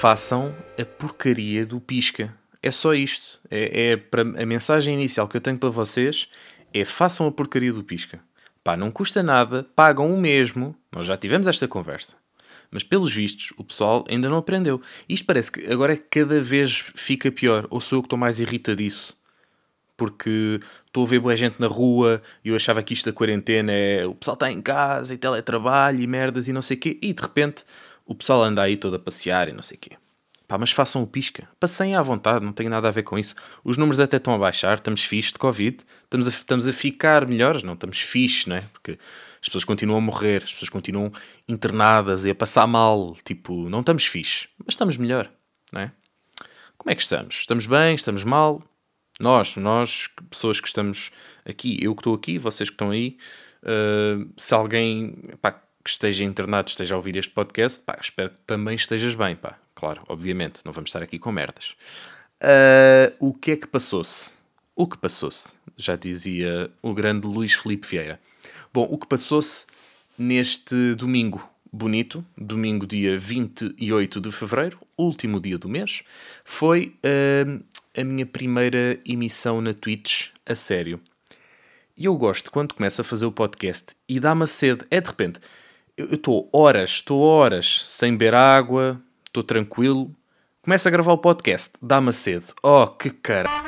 façam a porcaria do pisca. É só isto. A mensagem inicial que eu tenho para vocês é: façam a porcaria do pisca. Pá, não custa nada, pagam o mesmo. Nós já tivemos esta conversa. Mas, pelos vistos, o pessoal ainda não aprendeu. Isto parece que agora cada vez fica pior. Ou sou eu que estou mais irritadiço? Porque estou a ver boa gente na rua e eu achava que isto da quarentena é o pessoal está em casa e teletrabalho e merdas e não sei o quê. E, de repente, o pessoal anda aí todo a passear e não sei o quê. Pá, mas façam o pisca. Passem à vontade, não tem nada a ver com isso. Os números até estão a baixar, estamos fixe de Covid. Estamos a ficar melhores, não estamos fixe, não é? Porque as pessoas continuam a morrer, as pessoas continuam internadas e a passar mal. Tipo, não estamos fixe, mas estamos melhor, não é? Como é que estamos? Estamos bem? Estamos mal? Nós, pessoas que estamos aqui, eu que estou aqui, vocês que estão aí, se alguém que esteja internado esteja a ouvir este podcast, espero que também estejas bem, pá. Claro, obviamente, não vamos estar aqui com merdas. O que é que passou-se? O que passou-se? Já dizia o grande Luís Filipe Vieira. Bom, o que passou-se neste domingo bonito, domingo dia 28 de fevereiro, último dia do mês, foi a minha primeira emissão na Twitch a sério. E eu gosto quando começo a fazer o podcast e dá-me a sede. É de repente, eu estou horas sem beber água, estou tranquilo, começo a gravar o podcast, dá-me a sede. Oh, que caralho!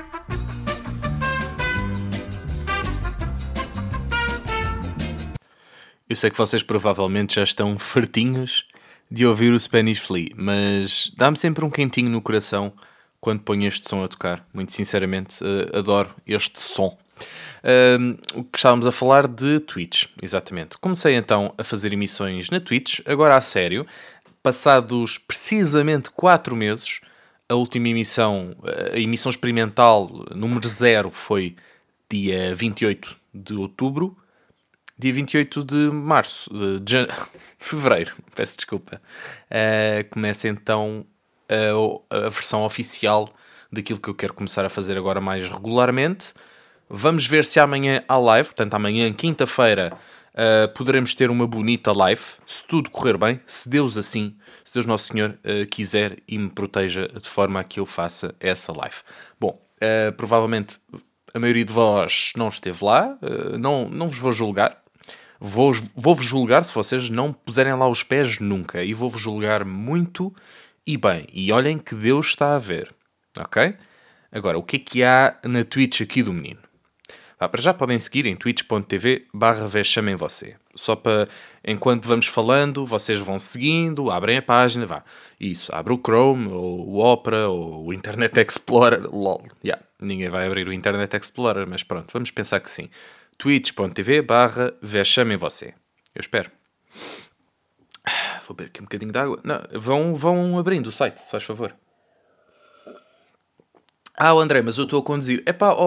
Eu sei que vocês provavelmente já estão fartinhos de ouvir o Spanish Flea, mas dá-me sempre um quentinho no coração quando ponho este som a tocar. Muito sinceramente, adoro este som. O que estávamos a falar de Twitch, exatamente. Comecei então a fazer emissões na Twitch, agora a sério. Passados precisamente 4 meses, a última emissão, a emissão experimental número 0 foi dia 28 de outubro. Dia 28 de março, fevereiro, peço desculpa. Começa então a versão oficial daquilo que eu quero começar a fazer agora mais regularmente. Vamos ver se amanhã há live, portanto amanhã, quinta-feira, poderemos ter uma bonita live, se tudo correr bem, se Deus Nosso Senhor quiser e me proteja de forma a que eu faça essa live. Bom, provavelmente a maioria de vós não esteve lá, não vos vou julgar. Vou-vos julgar se vocês não puserem lá os pés nunca. E vou-vos julgar muito e bem. E olhem que Deus está a ver. Ok? Agora, o que há na Twitch aqui do menino? Para já podem seguir em twitch.tv/vexamemvocê. Só para, enquanto vamos falando, vocês vão seguindo, abrem a página, Isso, abre o Chrome, ou o Opera, ou o Internet Explorer. LOL. Ninguém vai abrir o Internet Explorer, mas pronto, vamos pensar que sim. twitch.tv/vexamemvocê. Eu espero. Vou beber aqui um bocadinho de água. Não, vão abrindo o site, se faz favor. André, mas eu estou a conduzir.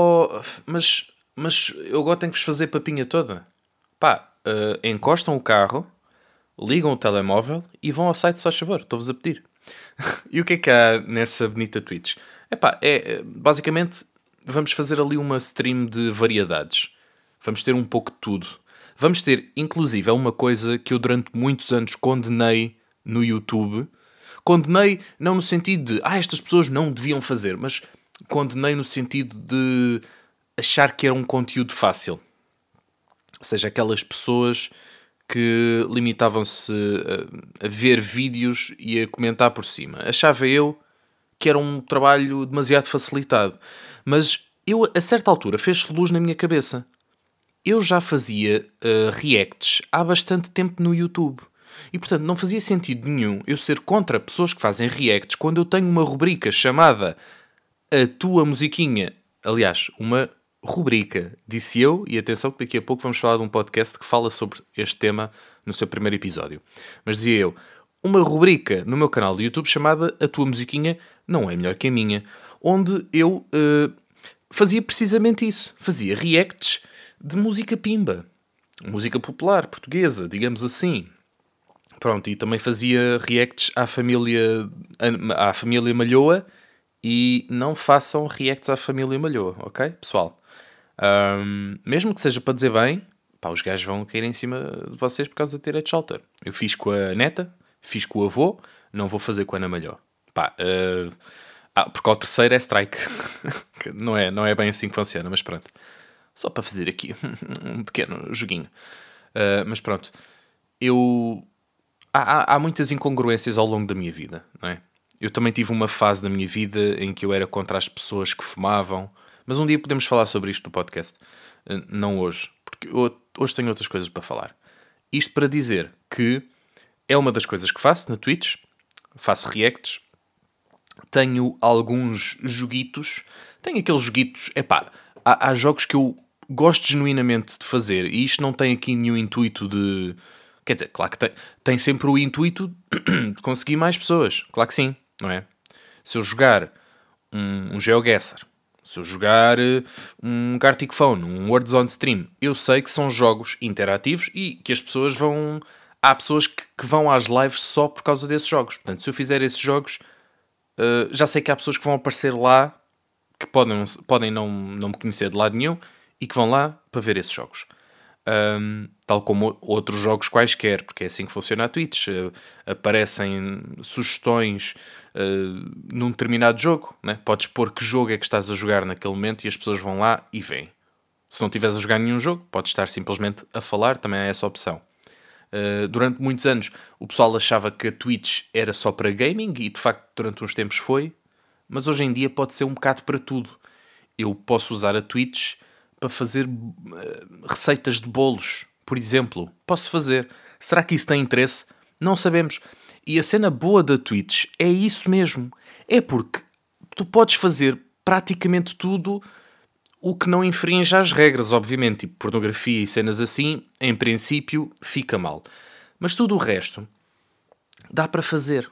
Mas eu agora tenho que vos fazer papinha toda. Encostam o carro, ligam o telemóvel e vão ao site, se faz favor. Estou-vos a pedir. E o que há nessa bonita Twitch? Basicamente, vamos fazer ali uma stream de variedades. Vamos ter um pouco de tudo. Vamos ter, inclusive, uma coisa que eu durante muitos anos condenei no YouTube. Condenei não no sentido de estas pessoas não deviam fazer, mas condenei no sentido de achar que era um conteúdo fácil. Ou seja, aquelas pessoas que limitavam-se a ver vídeos e a comentar por cima. Achava eu que era um trabalho demasiado facilitado. Mas eu, a certa altura, fez-se luz na minha cabeça. Eu já fazia reacts há bastante tempo no YouTube. E, portanto, não fazia sentido nenhum eu ser contra pessoas que fazem reacts quando eu tenho uma rubrica chamada A Tua Musiquinha. Aliás, uma rubrica, disse eu, e atenção que daqui a pouco vamos falar de um podcast que fala sobre este tema no seu primeiro episódio. Mas dizia eu, uma rubrica no meu canal de YouTube chamada A Tua Musiquinha Não É Melhor Que a Minha, onde eu fazia precisamente isso. Fazia reacts de música pimba. Música popular, portuguesa, digamos assim. Pronto, e também fazia reacts à família Malhoa. E não façam reacts à família Malhoa, ok, pessoal? Mesmo que seja para dizer bem, os gajos vão cair em cima de vocês por causa de direitos de autor. Eu fiz com a neta, fiz com o avô, não vou fazer com a Ana Malhoa. Pá, porque ao terceiro é strike. Não é bem assim que funciona, mas pronto. Só para fazer aqui um pequeno joguinho. Mas pronto. Há muitas incongruências ao longo da minha vida, não é? Eu também tive uma fase da minha vida em que eu era contra as pessoas que fumavam. Mas um dia podemos falar sobre isto no podcast. Não hoje. Porque hoje tenho outras coisas para falar. Isto para dizer que é uma das coisas que faço na Twitch. Faço reacts. Tenho alguns joguitos. Tenho aqueles joguitos... há jogos que eu gosto genuinamente de fazer. E isto não tem aqui nenhum intuito de... Quer dizer, claro que tem sempre o intuito de conseguir mais pessoas. Claro que sim, não é? Se eu jogar um GeoGuessr, se eu jogar um Gartic Phone, um Words on Stream, eu sei que são jogos interativos e que as pessoas vão... Há pessoas que vão às lives só por causa desses jogos. Portanto, se eu fizer esses jogos, já sei que há pessoas que vão aparecer lá que podem não me conhecer de lado nenhum e que vão lá para ver esses jogos. Tal como outros jogos quaisquer, porque é assim que funciona a Twitch. Aparecem sugestões num determinado jogo, né? Podes pôr que jogo é que estás a jogar naquele momento e as pessoas vão lá e veem. Se não estiveres a jogar nenhum jogo, podes estar simplesmente a falar, também há essa opção. Durante muitos anos o pessoal achava que a Twitch era só para gaming e de facto durante uns tempos foi, mas hoje em dia pode ser um bocado para tudo. Eu posso usar a Twitch para fazer receitas de bolos, por exemplo. Posso fazer. Será que isso tem interesse? Não sabemos. E a cena boa da Twitch é isso mesmo. É porque tu podes fazer praticamente tudo o que não infringe as regras, obviamente. Tipo pornografia e cenas assim, em princípio, fica mal. Mas tudo o resto dá para fazer.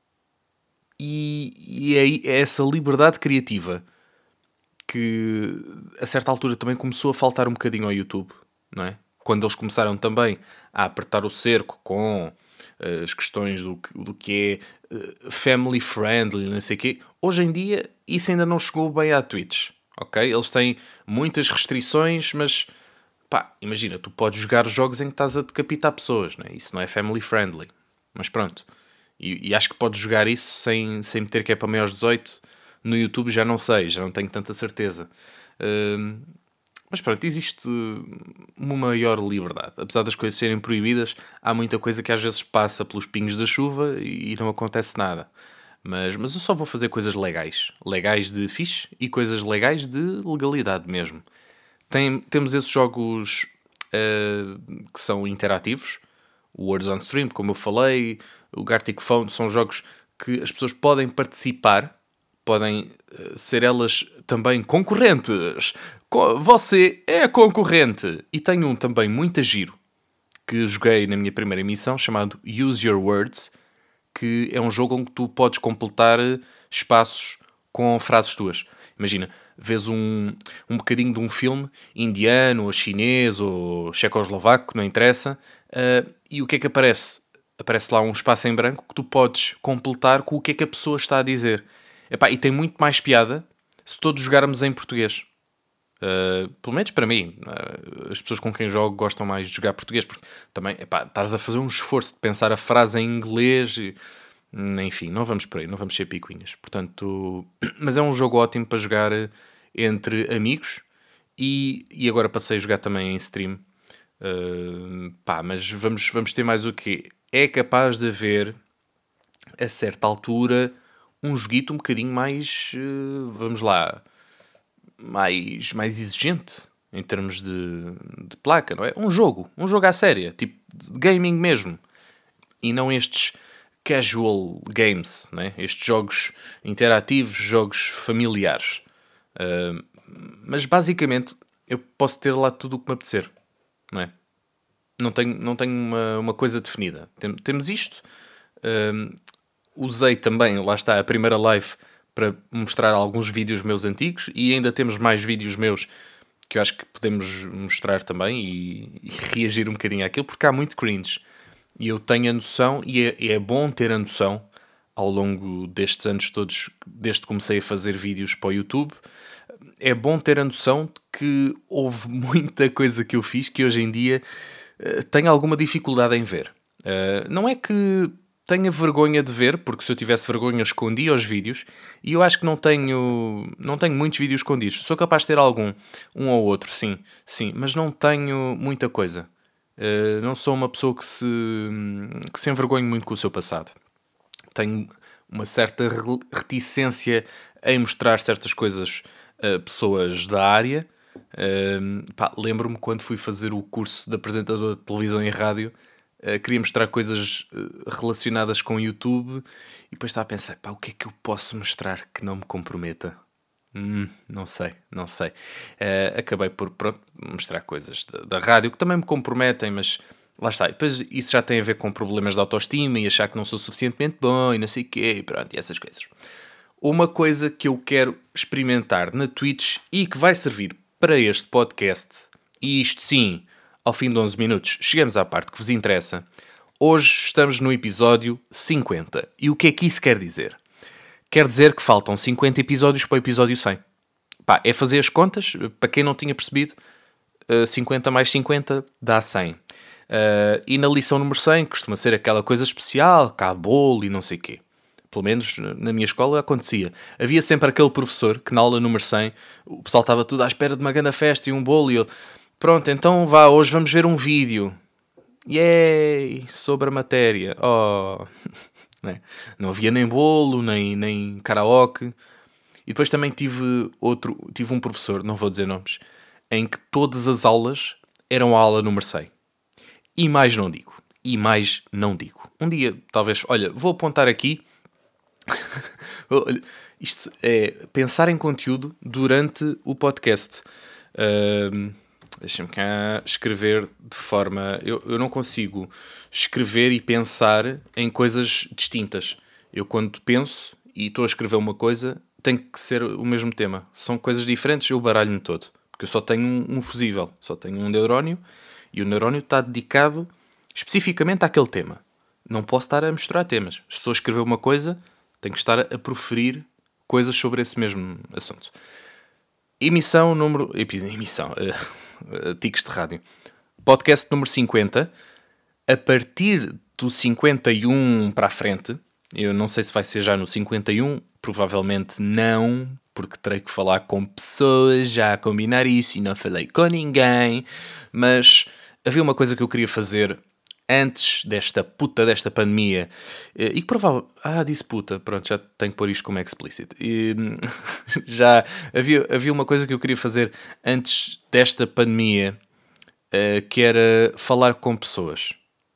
E é essa liberdade criativa que a certa altura também começou a faltar um bocadinho ao YouTube, não é? Quando eles começaram também a apertar o cerco com as questões do que é family friendly, não sei o quê. Hoje em dia isso ainda não chegou bem à Twitch, ok? Eles têm muitas restrições, mas pá, imagina, tu podes jogar jogos em que estás a decapitar pessoas, não é? Isso não é family friendly, mas pronto. E acho que podes jogar isso sem meter que é para maiores de 18. No YouTube já não sei, já não tenho tanta certeza. Mas pronto, existe uma maior liberdade. Apesar das coisas serem proibidas, há muita coisa que às vezes passa pelos pingos da chuva e não acontece nada. Mas eu só vou fazer coisas legais. Legais de fixe e coisas legais de legalidade mesmo. Temos esses jogos que são interativos. O Words on Stream, como eu falei, o Gartic Phone, são jogos que as pessoas podem participar, podem ser elas também concorrentes. Você é concorrente. E tenho um também muito giro que joguei na minha primeira emissão, chamado Use Your Words, que é um jogo onde tu podes completar espaços com frases tuas. Imagina, vês um bocadinho de um filme indiano, ou chinês, ou checoslovaco, não interessa, e o que é que aparece? Aparece lá um espaço em branco que tu podes completar com o que é que a pessoa está a dizer. E tem muito mais piada se todos jogarmos em português. Pelo menos para mim. As pessoas com quem jogo gostam mais de jogar português, porque também, estás a fazer um esforço de pensar a frase em inglês e... Enfim, não vamos por aí, não vamos ser picuinhas. Portanto, mas é um jogo ótimo para jogar entre amigos e agora passei a jogar também em stream. Mas vamos ter mais o quê? É capaz de haver, a certa altura, um joguito um bocadinho mais, vamos lá, mais exigente em termos de placa, não é? Um jogo à séria, tipo de gaming mesmo. E não estes casual games, não é? Estes jogos interativos, jogos familiares. Mas basicamente eu posso ter lá tudo o que me apetecer, não é? Não tenho uma coisa definida. Temos isto. Usei também, lá está, a primeira live para mostrar alguns vídeos meus antigos e ainda temos mais vídeos meus que eu acho que podemos mostrar também e reagir um bocadinho àquilo, porque há muito cringe. E eu tenho a noção, e é bom ter a noção, ao longo destes anos todos, desde que comecei a fazer vídeos para o YouTube, é bom ter a noção de que houve muita coisa que eu fiz que hoje em dia tenho alguma dificuldade em ver. Não é que tenho a vergonha de ver, porque se eu tivesse vergonha escondia os vídeos, e eu acho que não tenho muitos vídeos escondidos. Sou capaz de ter algum, um ou outro, sim, mas não tenho muita coisa. Não sou uma pessoa que se envergonhe muito com o seu passado. Tenho uma certa reticência em mostrar certas coisas a pessoas da área. Lembro-me quando fui fazer o curso de apresentador de televisão e rádio, queria mostrar coisas relacionadas com o YouTube e depois estava a pensar, o que é que eu posso mostrar que não me comprometa? Não sei. Acabei por mostrar coisas da rádio que também me comprometem, mas lá está. E depois isso já tem a ver com problemas de autoestima e achar que não sou suficientemente bom e não sei o quê, e pronto, e essas coisas. Uma coisa que eu quero experimentar na Twitch e que vai servir para este podcast, e isto sim, ao fim de 11 minutos, chegamos à parte que vos interessa. Hoje estamos no episódio 50. E o que é que isso quer dizer? Quer dizer que faltam 50 episódios para o episódio 100. É fazer as contas, para quem não tinha percebido, 50 mais 50 dá 100. E na lição número 100 costuma ser aquela coisa especial, cá bolo e não sei o quê. Pelo menos na minha escola acontecia. Havia sempre aquele professor que na aula número 100 o pessoal estava tudo à espera de uma grande festa e um bolo e eu... Pronto, então vá, hoje vamos ver um vídeo. Yay! Sobre a matéria. Oh! Não havia nem bolo, nem karaoke. E depois também tive um professor, não vou dizer nomes, em que todas as aulas eram a aula número 100. E mais não digo. Um dia, talvez, olha, vou apontar aqui. Isto é pensar em conteúdo durante o podcast. Deixa-me cá escrever de forma... Eu não consigo escrever e pensar em coisas distintas. Eu quando penso e estou a escrever uma coisa, tem que ser o mesmo tema. São coisas diferentes, eu baralho-me todo. Porque eu só tenho um fusível, só tenho um neurónio, e o neurónio está dedicado especificamente àquele tema. Não posso estar a misturar temas. Se estou a escrever uma coisa, tenho que estar a proferir coisas sobre esse mesmo assunto. Tiques de rádio. Podcast número 50. A partir do 51 para a frente, eu não sei se vai ser já no 51, provavelmente não, porque terei que falar com pessoas, já a combinar isso e não falei com ninguém, mas havia uma coisa que eu queria fazer antes desta pandemia, e que provavelmente... disse puta, pronto, já tenho que pôr isto como explicit. E, já havia uma coisa que eu queria fazer antes desta pandemia, que era falar com pessoas.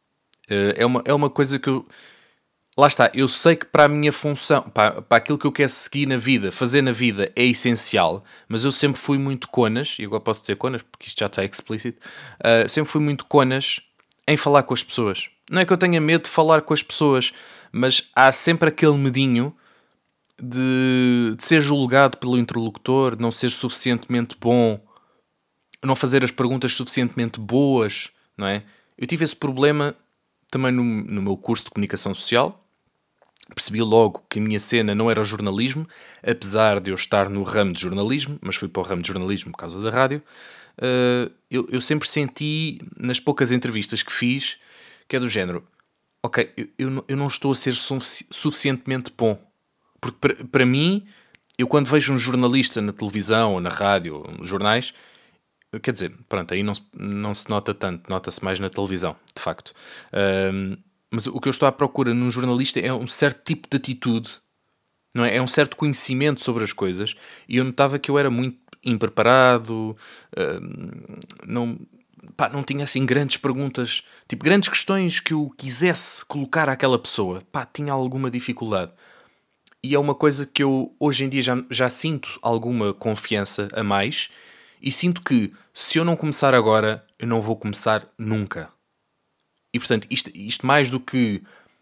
É uma coisa que eu... Lá está, eu sei que para a minha função, para aquilo que eu quero seguir na vida, fazer na vida é essencial, mas eu sempre fui muito conas, e agora posso dizer conas porque isto já está explicit, sempre fui muito conas em falar com as pessoas. Não é que eu tenha medo de falar com as pessoas, mas há sempre aquele medinho de ser julgado pelo interlocutor, não ser suficientemente bom, não fazer as perguntas suficientemente boas, não é? Eu tive esse problema também no meu curso de comunicação social. Percebi logo que a minha cena não era o jornalismo, apesar de eu estar no ramo de jornalismo, mas fui para o ramo de jornalismo por causa da rádio. Eu sempre senti, nas poucas entrevistas que fiz, que é do género, ok, eu não estou a ser suficientemente bom. Porque para mim, eu quando vejo um jornalista na televisão, ou na rádio, ou nos jornais, quer dizer, pronto, aí não se nota tanto, nota-se mais na televisão, de facto. Mas o que eu estou à procura num jornalista é um certo tipo de atitude, não é? É um certo conhecimento sobre as coisas, e eu notava que eu era muito impreparado, não tinha assim grandes perguntas, tipo grandes questões que eu quisesse colocar àquela pessoa, tinha alguma dificuldade. E é uma coisa que eu hoje em dia já sinto alguma confiança a mais, e sinto que se eu não começar agora, eu não vou começar nunca. E portanto, isto mais do que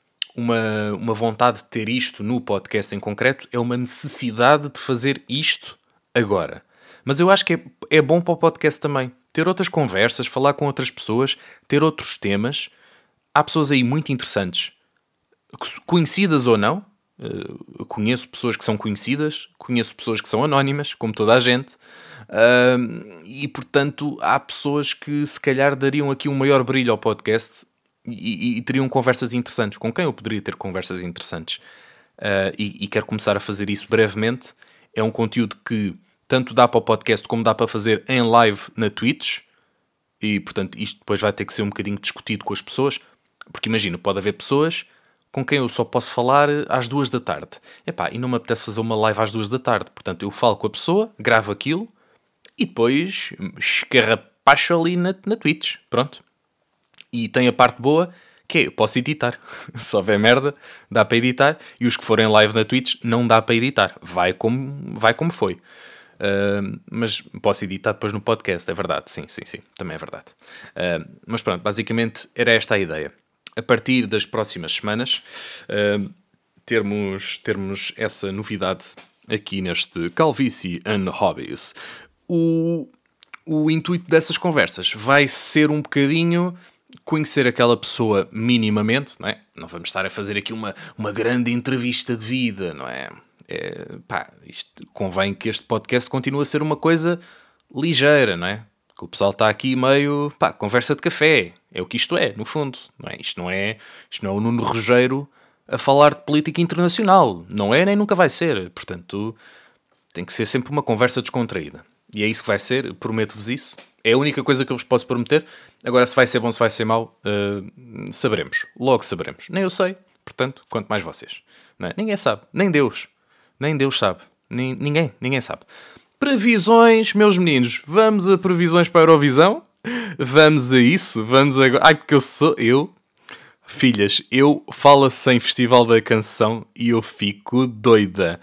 uma vontade de ter isto no podcast em concreto, é uma necessidade de fazer isto agora. Mas eu acho que é bom para o podcast também. Ter outras conversas, falar com outras pessoas, ter outros temas. Há pessoas aí muito interessantes, conhecidas ou não. Eu conheço pessoas que são conhecidas, conheço pessoas que são anónimas, como toda a gente. E portanto, há pessoas que se calhar dariam aqui um maior brilho ao podcast e teriam conversas interessantes. Com quem eu poderia ter conversas interessantes? E quero começar a fazer isso brevemente. É um conteúdo que tanto dá para o podcast como dá para fazer em live na Twitch. E, portanto, isto depois vai ter que ser um bocadinho discutido com as pessoas. Porque imagina, pode haver pessoas com quem eu só posso falar às 2 da tarde. E não me apetece fazer uma live às 2 da tarde. Portanto, eu falo com a pessoa, gravo aquilo e depois escarrapacho ali na Twitch. Pronto. E tem a parte boa, que é, eu posso editar. Se houver merda, dá para editar. E os que forem live na Twitch, não dá para editar. Vai como foi. Mas posso editar depois no podcast, é verdade. Sim, também é verdade. Mas pronto, basicamente era esta a ideia. A partir das próximas semanas, termos essa novidade aqui neste Calvície and Hobbies. O intuito dessas conversas vai ser um bocadinho conhecer aquela pessoa minimamente, não é? Não vamos estar a fazer aqui uma grande entrevista de vida, não é? Isto convém que este podcast continue a ser uma coisa ligeira, não é? Que o pessoal está aqui meio, conversa de café. É o que isto é, no fundo. Não é? Isto não é o Nuno Rogério a falar de política internacional. Não é, nem nunca vai ser. Portanto, tem que ser sempre uma conversa descontraída. E é isso que vai ser, prometo-vos isso. É a única coisa que eu vos posso prometer. Agora, se vai ser bom, se vai ser mau, saberemos. Logo saberemos. Nem eu sei, portanto, quanto mais vocês. Não é? Ninguém sabe. Nem Deus. Nem Deus sabe. Ninguém sabe. Previsões, meus meninos. Vamos a previsões para a Eurovisão? Vamos a isso? Vamos agora. Porque filhas, eu falo-se em Festival da Canção e eu fico doida.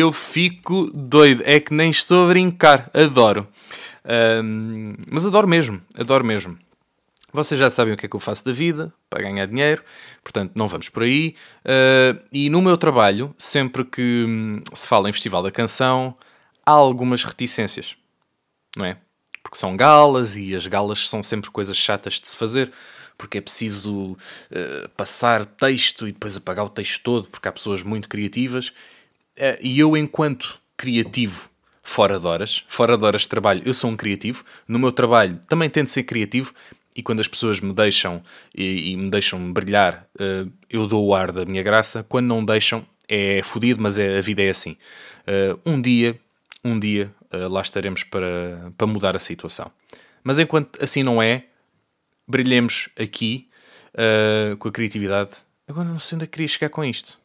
É que nem estou a brincar. Adoro. Mas adoro mesmo. Vocês já sabem o que é que eu faço da vida para ganhar dinheiro, portanto não vamos por aí. E no meu trabalho, sempre que se fala em Festival da Canção, há algumas reticências, não é? Porque são galas e as galas são sempre coisas chatas de se fazer, porque é preciso passar texto e depois apagar o texto todo, porque há pessoas muito criativas. E eu, enquanto criativo, fora de horas de trabalho, eu sou um criativo. No meu trabalho também tento ser criativo. E quando as pessoas me deixam e me deixam brilhar, eu dou o ar da minha graça. Quando não deixam, é fodido, mas a vida é assim. Um dia, lá estaremos para mudar a situação. Mas enquanto assim não é, brilhemos aqui com a criatividade. Agora não sei onde é que queria chegar com isto.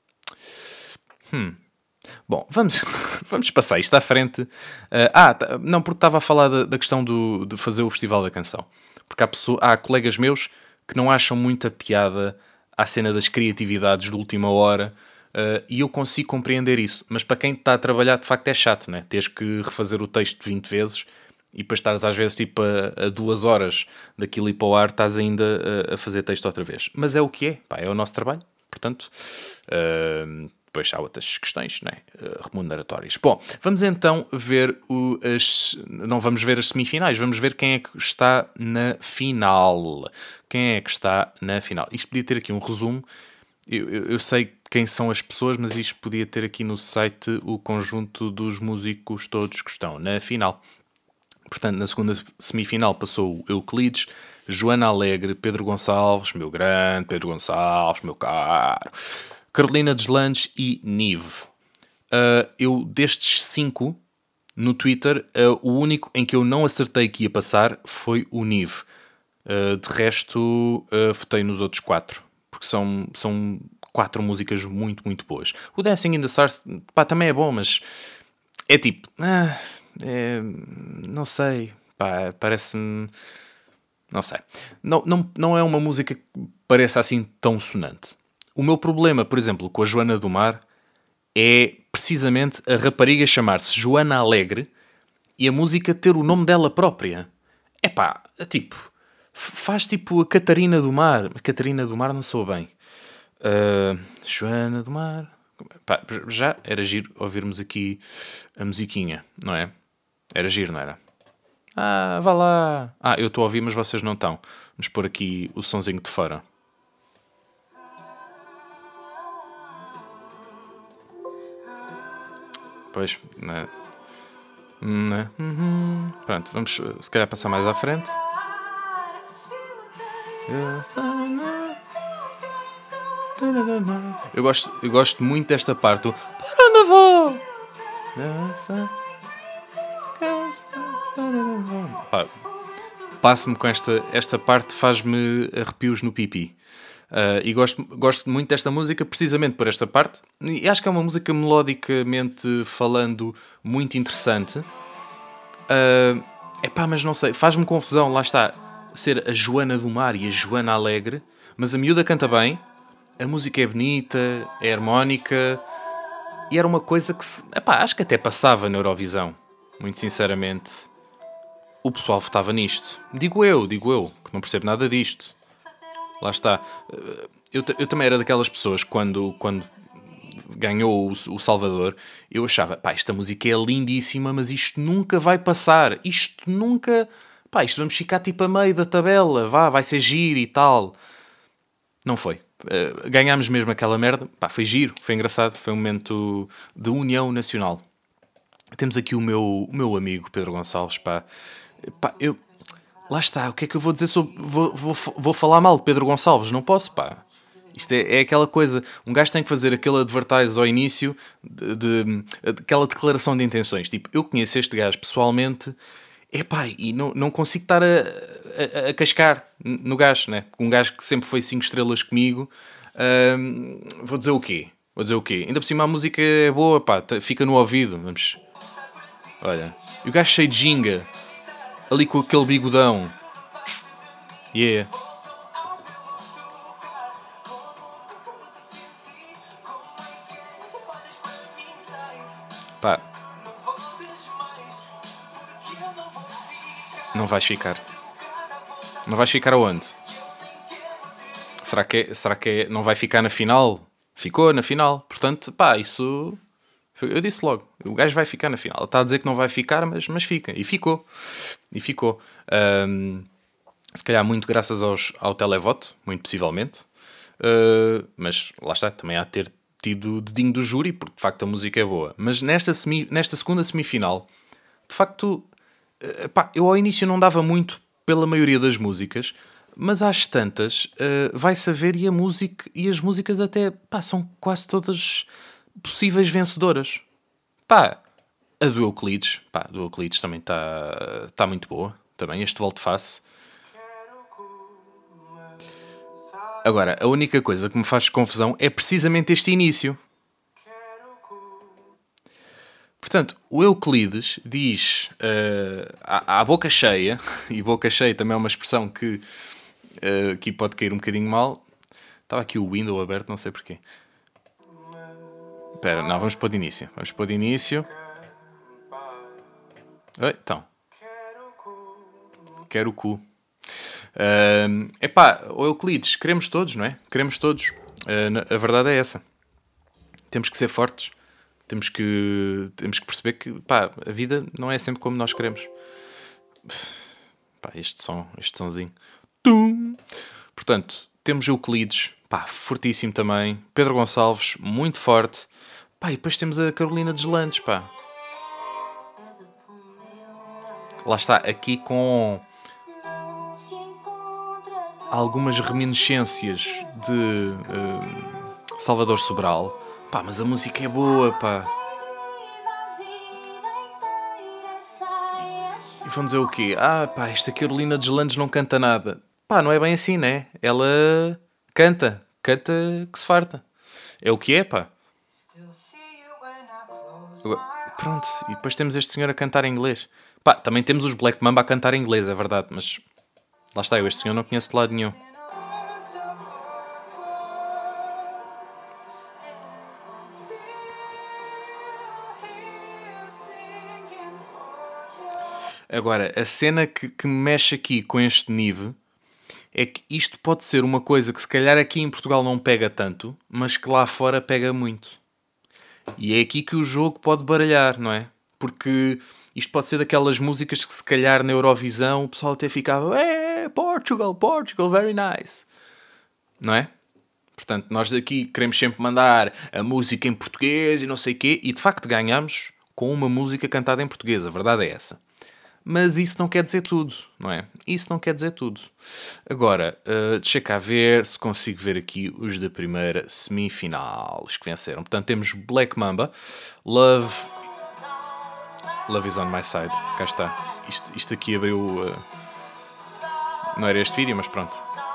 Bom, vamos passar isto à frente. Não, porque estava a falar da questão de fazer o Festival da Canção. Porque há colegas meus que não acham muita piada à cena das criatividades de última hora, e eu consigo compreender isso. Mas para quem está a trabalhar, de facto é chato, né? Tens que refazer o texto 20 vezes e depois estás às vezes tipo a 2 horas daquilo ir para o ar, estás ainda a fazer texto outra vez. Mas é o que é, é o nosso trabalho. Portanto, depois há outras questões, né? Remuneratórias. Bom, vamos então ver não vamos ver as semifinais, vamos ver quem é que está na final. Isto podia ter aqui um resumo. Eu sei quem são as pessoas, mas isto podia ter aqui no site o conjunto dos músicos todos que estão na final. Portanto, na segunda semifinal passou o Euclides, Joana Alegre, Pedro Gonçalves, meu grande Pedro Gonçalves, meu caro, Carolina Deslandes e Nive. Eu, destes 5, no Twitter, o único em que eu não acertei que ia passar foi o Nive. De resto, votei nos outros 4, porque são 4 músicas muito, muito boas. O Dancing in the Stars, também é bom, mas é tipo... não sei, parece-me... Não sei. Não é uma música que pareça assim tão sonante. O meu problema, por exemplo, com a Joana do Mar é precisamente a rapariga chamar-se Joana Alegre e a música ter o nome dela própria. Faz tipo a Catarina do Mar. A Catarina do Mar não soa bem. Joana do Mar... já era giro ouvirmos aqui a musiquinha, não é? Era giro, não era? Vá lá. Eu estou a ouvir, mas vocês não estão. Vamos pôr aqui o sonzinho de fora. Pois, né? Pronto, vamos se calhar passar mais à frente. Eu gosto muito desta parte. Para onde vou? Pá, passo-me com esta parte, faz-me arrepios no pipi. E gosto muito desta música precisamente por esta parte. E acho que é uma música melodicamente falando muito interessante. Mas não sei, faz-me confusão, lá está, ser a Joana do Mar e a Joana Alegre, mas a miúda canta bem, a música é bonita, é harmónica, e era uma coisa que acho que até passava na Eurovisão, muito sinceramente. O pessoal votava nisto. Digo eu, que não percebo nada disto. Lá está. Eu também era daquelas pessoas que quando ganhou o Salvador, eu achava, esta música é lindíssima, mas isto nunca vai passar. Isto nunca... isto vamos ficar tipo a meio da tabela. Vai ser giro e tal. Não foi. Ganhámos mesmo aquela merda. Foi giro, foi engraçado. Foi um momento de união nacional. Temos aqui o meu amigo Pedro Gonçalves, lá está, o que é que eu vou dizer sobre... Vou falar mal de Pedro Gonçalves, não posso, Isto é aquela coisa, um gajo tem que fazer aquele advertise ao início aquela declaração de intenções. Tipo, eu conheço este gajo pessoalmente, e não consigo estar a cascar no gajo, né? Um gajo que sempre foi 5 estrelas comigo, vou dizer o quê? Ainda por cima a música é boa, fica no ouvido, vamos... Olha, e o gajo cheio de ginga, ali com aquele bigodão. Yeah. Não vais ficar. Não vais ficar aonde? Será que não vai ficar na final? Ficou na final. Portanto, isso... Eu disse logo. O gajo vai ficar na final. Ele está a dizer que não vai ficar, mas fica. E ficou. Se calhar muito graças ao televoto, muito possivelmente. Mas lá está, também há de ter tido o dedinho do júri, porque de facto a música é boa. Mas nesta segunda semifinal, de facto, eu ao início não dava muito pela maioria das músicas, mas às tantas vai-se a ver e as músicas até são quase todas possíveis vencedoras. A do Euclides, também está muito boa. Também este volte-face. Agora, a única coisa que me faz confusão é precisamente este início. Portanto, o Euclides diz à boca cheia, e boca cheia também é uma expressão que aqui pode cair um bocadinho mal. Estava aqui o window aberto, não sei porquê. Espera, não, vamos pôr de início. Então. Quero o cu. O Euclides, queremos todos, não é? Queremos todos. A verdade é essa. Temos que ser fortes. Temos que perceber que a vida não é sempre como nós queremos. Este sonzinho. Tum! Portanto, temos Euclides, fortíssimo também. Pedro Gonçalves, muito forte. E depois temos a Carolina Deslandes, Lá está, aqui com algumas reminiscências de Salvador Sobral. Mas a música é boa, E vão dizer o quê? Esta Carolina Deslandes não canta nada. Não é bem assim, né? Ela canta que se farta. É o que é, Pronto, e depois temos este senhor a cantar em inglês. Também temos os Black Mamba a cantar em inglês, é verdade, mas lá está, eu este senhor não conheço de lado nenhum. Agora, a cena que me mexe aqui com este nível é que isto pode ser uma coisa que se calhar aqui em Portugal não pega tanto, mas que lá fora pega muito. E é aqui que o jogo pode baralhar, não é? Porque isto pode ser daquelas músicas que se calhar na Eurovisão o pessoal até ficava Portugal, very nice. Não é? Portanto, nós aqui queremos sempre mandar a música em português e não sei o quê, e de facto ganhamos com uma música cantada em português, a verdade é essa. Mas isso não quer dizer tudo, não é? Isso não quer dizer tudo. Agora, deixa cá ver se consigo ver aqui os da primeira semifinal, os que venceram. Portanto, temos Black Mamba, Love is on my side. Cá está. Isto aqui abriu... não era este vídeo, mas pronto.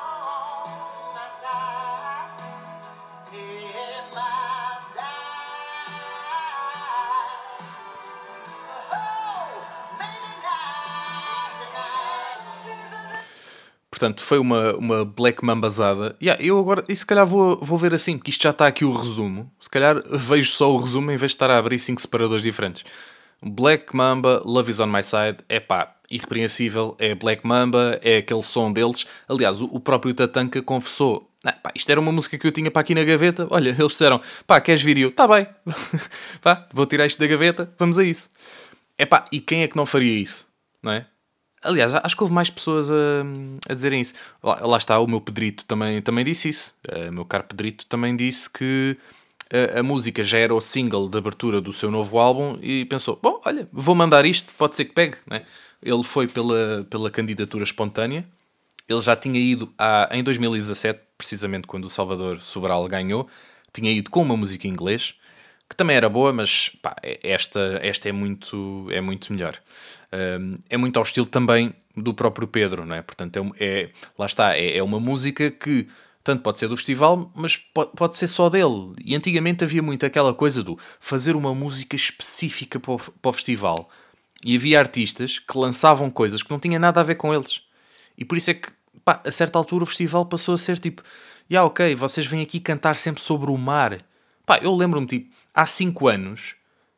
Portanto, foi uma Black Mambazada. Eu agora, e se calhar vou ver assim, porque isto já está aqui o resumo. Se calhar vejo só o resumo em vez de estar a abrir 5 separadores diferentes. Black Mamba, Love is on my side. É pá, irrepreensível. É Black Mamba, é aquele som deles. Aliás, o próprio Tatanka confessou. Pá, isto era uma música que eu tinha para aqui na gaveta. Olha, eles disseram, pá, queres vir? E eu, tá bem. Pá, vou tirar isto da gaveta, vamos a isso. É pá, e quem é que não faria isso? Não é? Aliás, acho que houve mais pessoas a dizerem isso. Lá está, o meu Pedrito também disse isso. O meu caro Pedrito também disse que a música já era o single de abertura do seu novo álbum e pensou, bom, olha, vou mandar isto, pode ser que pegue. Né? Ele foi pela candidatura espontânea. Ele já tinha ido em 2017, precisamente quando o Salvador Sobral ganhou, tinha ido com uma música em inglês, que também era boa, mas pá, esta é muito melhor. É muito ao estilo também do próprio Pedro, não é? Portanto, lá está, é uma música que tanto pode ser do festival, mas pode ser só dele. E antigamente havia muito aquela coisa do fazer uma música específica para o festival. E havia artistas que lançavam coisas que não tinham nada a ver com eles. E por isso é que, pá, a certa altura o festival passou a ser tipo, ok, vocês vêm aqui cantar sempre sobre o mar. Pá, eu lembro-me, tipo, há 5 anos,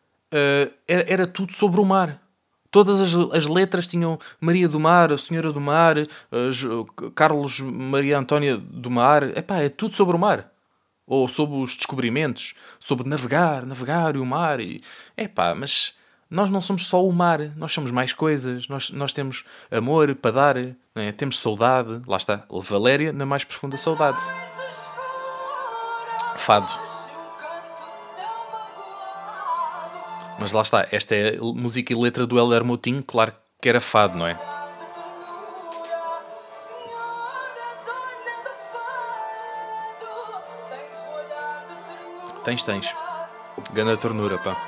era tudo sobre o mar. Todas as letras tinham Maria do Mar, a Senhora do Mar, Carlos Maria Antónia do Mar. Epá, é tudo sobre o mar. Ou sobre os descobrimentos, sobre navegar e o mar. Epá, mas nós não somos só o mar, nós somos mais coisas. Nós temos amor para dar, não é? Temos saudade. Lá está, Valéria na mais profunda saudade. Fado. Mas lá está, esta é música e letra do Hélder Moutinho, claro que era fado, não é? Tens. Ganda ternura, pá.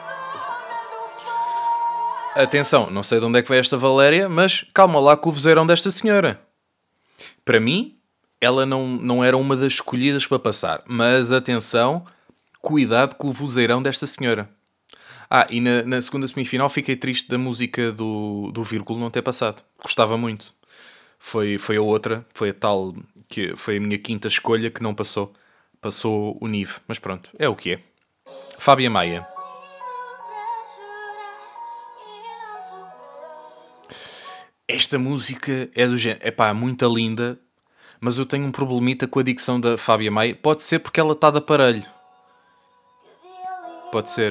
Atenção, não sei de onde é que veio esta Valéria, mas calma lá com o vozeirão desta senhora. Para mim, ela não era uma das escolhidas para passar. Mas atenção, cuidado com o vozeirão desta senhora. E na segunda semifinal fiquei triste da música do Vírgula não ter passado. Gostava muito. Foi a outra, foi a tal, que foi a minha quinta escolha que não passou. Passou o Nive, mas pronto, é o que é. Fábia Maia. Esta música é do género, muito linda, mas eu tenho um problemita com a dicção da Fábia Maia. Pode ser porque ela está de aparelho. Pode ser.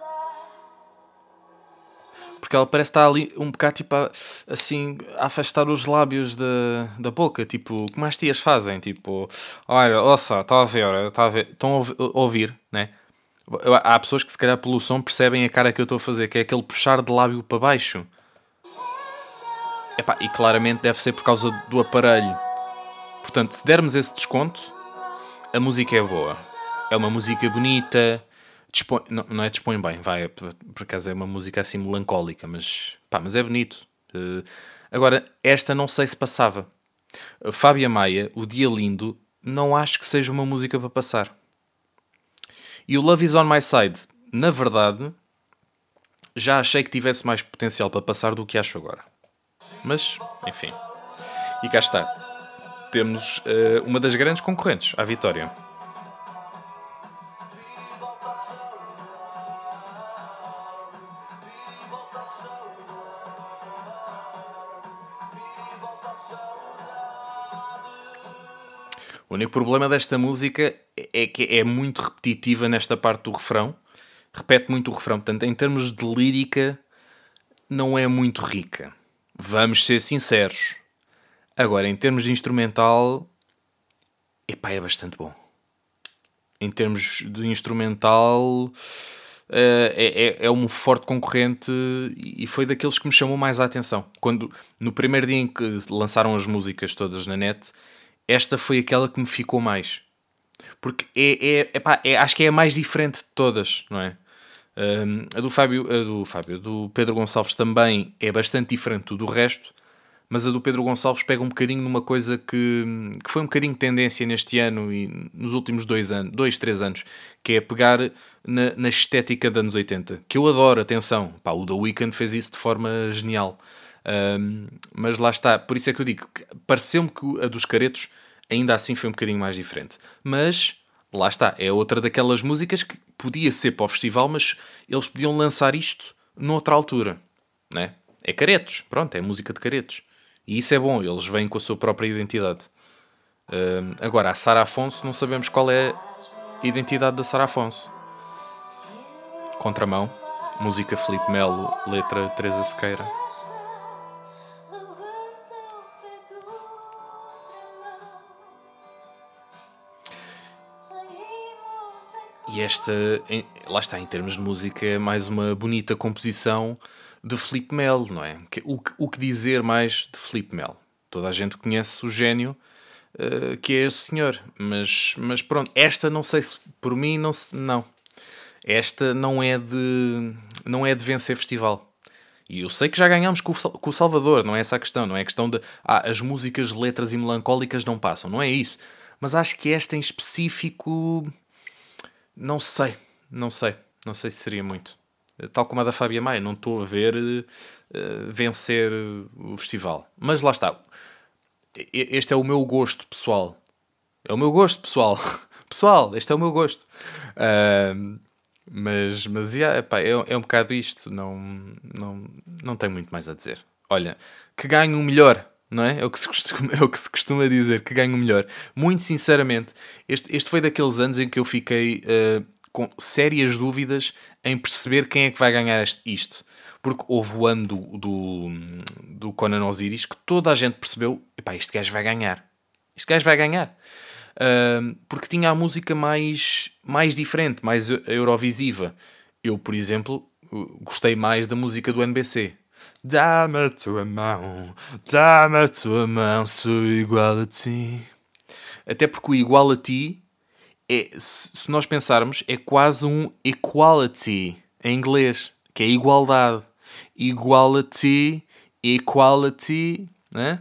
Porque ela parece estar ali um bocado tipo assim a afastar os lábios da boca, tipo, como as tias fazem, tipo, olha, ouça, está a ver, estão a ouvir, né? Há pessoas que se calhar pelo som percebem a cara que eu estou a fazer, que é aquele puxar de lábio para baixo. E claramente deve ser por causa do aparelho. Portanto, se dermos esse desconto, a música é boa. É uma música bonita. Não é dispõe bem, vai, por acaso é uma música assim melancólica, mas é bonito. Agora, esta não sei se passava. Fábia Maia, O Dia Lindo, não acho que seja uma música para passar. E o Love is on my side, na verdade, já achei que tivesse mais potencial para passar do que acho agora. Mas, enfim. E cá está. Temos uma das grandes concorrentes à vitória. O único problema desta música é que é muito repetitiva nesta parte do refrão. Repete muito o refrão. Portanto, em termos de lírica, não é muito rica. Vamos ser sinceros. Agora, em termos de instrumental, é bastante bom. Em termos de instrumental, é um forte concorrente e foi daqueles que me chamou mais a atenção. Quando, no primeiro dia em que lançaram as músicas todas na net, esta foi aquela que me ficou mais. Porque acho que é a mais diferente de todas, não é? A do Pedro Gonçalves também é bastante diferente do resto, mas a do Pedro Gonçalves pega um bocadinho numa coisa que foi um bocadinho tendência neste ano e nos últimos 3 anos, que é pegar na estética dos anos 80, que eu adoro, atenção, pá, o The Weeknd fez isso de forma genial. Mas lá está, por isso é que eu digo que pareceu-me que a dos Caretos ainda assim foi um bocadinho mais diferente, mas lá está, é outra daquelas músicas que podia ser para o festival, mas eles podiam lançar isto noutra altura, né? É Caretos, pronto, é música de Caretos. E isso é bom, eles vêm com a sua própria identidade. Agora, a Sara Afonso, não sabemos qual é a identidade da Sara Afonso. Contramão, música Filipe Melo, letra Teresa Sequeira. E esta, lá está, em termos de música, é mais uma bonita composição de Filipe Melo, não é? O que dizer mais de Filipe Melo? Toda a gente conhece o gênio que é esse senhor, mas pronto, esta não sei se, por mim, não. Esta não é de vencer festival. E eu sei que já ganhámos com o Salvador, não é essa a questão, não é a questão de as músicas, letras e melancólicas não passam, não é isso. Mas acho que esta em específico, não sei se seria muito. Tal como a da Fábia Maia, não estou a ver vencer o festival. Mas lá está. Este é o meu gosto pessoal. É o meu gosto pessoal. Pessoal, este é o meu gosto. Mas epá, é um bocado isto. Não tenho muito mais a dizer. Olha, que ganhe o melhor, não é? É o que se costuma dizer, que ganhe o melhor. Muito sinceramente, este foi daqueles anos em que eu fiquei com sérias dúvidas em perceber quem é que vai ganhar isto. Porque houve o ano do Conan Osiris que toda a gente percebeu, epá, este gajo vai ganhar. Este gajo vai ganhar. Porque tinha a música mais diferente, mais eurovisiva. Eu, por exemplo, gostei mais da música do NBC. Dá-me a tua mão, sou igual a ti. Até porque o igual a ti, se nós pensarmos, é quase um equality em inglês, que é igualdade. Equality, equality, né?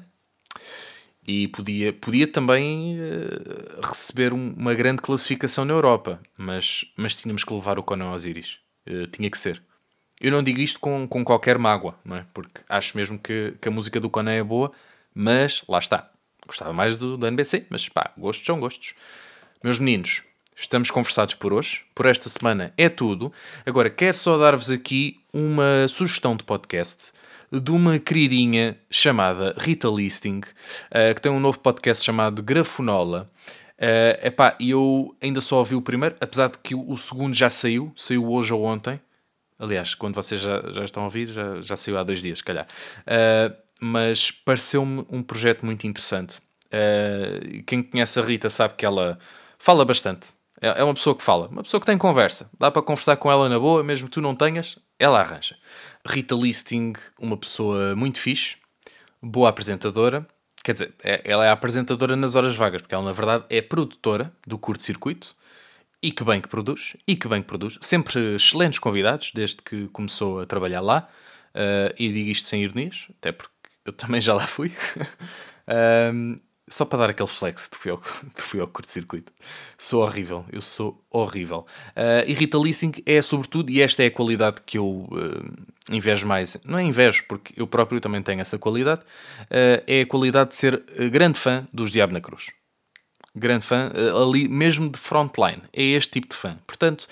E podia também receber uma grande classificação na Europa, mas tínhamos que levar o Conan Osiris. Tinha que ser. Eu não digo isto com qualquer mágoa, não é? Porque acho mesmo que a música do Conan é boa, mas lá está. Gostava mais do NBC, mas pá, gostos são gostos. Meus meninos, estamos conversados por hoje. Por esta semana é tudo. Agora, quero só dar-vos aqui uma sugestão de podcast de uma queridinha chamada Rita Listing, que tem um novo podcast chamado Grafonola. E eu ainda só ouvi o primeiro, apesar de que o segundo já saiu hoje ou ontem. Aliás, quando vocês já estão a ouvir, já saiu há 2 dias, se calhar. Mas pareceu-me um projeto muito interessante. Quem conhece a Rita sabe que ela fala bastante. É uma pessoa que fala, uma pessoa que tem conversa. Dá para conversar com ela na boa, mesmo que tu não tenhas, ela arranja. Rita Listing, uma pessoa muito fixe, boa apresentadora. Quer dizer, ela é apresentadora nas horas vagas, porque ela, na verdade, é produtora do curto-circuito. E que bem que produz. Sempre excelentes convidados, desde que começou a trabalhar lá. E digo isto sem ironias, até porque eu também já lá fui. Só para dar aquele flex de que fui ao curto-circuito. Eu sou horrível. E Rita Listing é sobretudo, e esta é a qualidade que eu invejo mais. Não é invejo, porque eu próprio também tenho essa qualidade. É a qualidade de ser grande fã dos Diabo na Cruz. Grande fã, ali mesmo de frontline. É este tipo de fã. Portanto,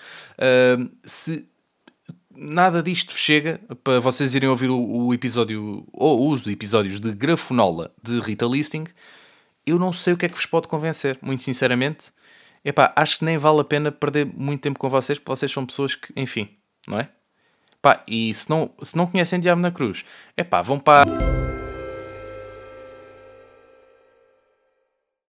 se nada disto chega para vocês irem ouvir o episódio, ou os episódios de Grafonola de Rita Listing, eu não sei o que é que vos pode convencer. Muito sinceramente, acho que nem vale a pena perder muito tempo com vocês, porque vocês são pessoas que, enfim, não é? E se não conhecem Diabo na Cruz, vão para...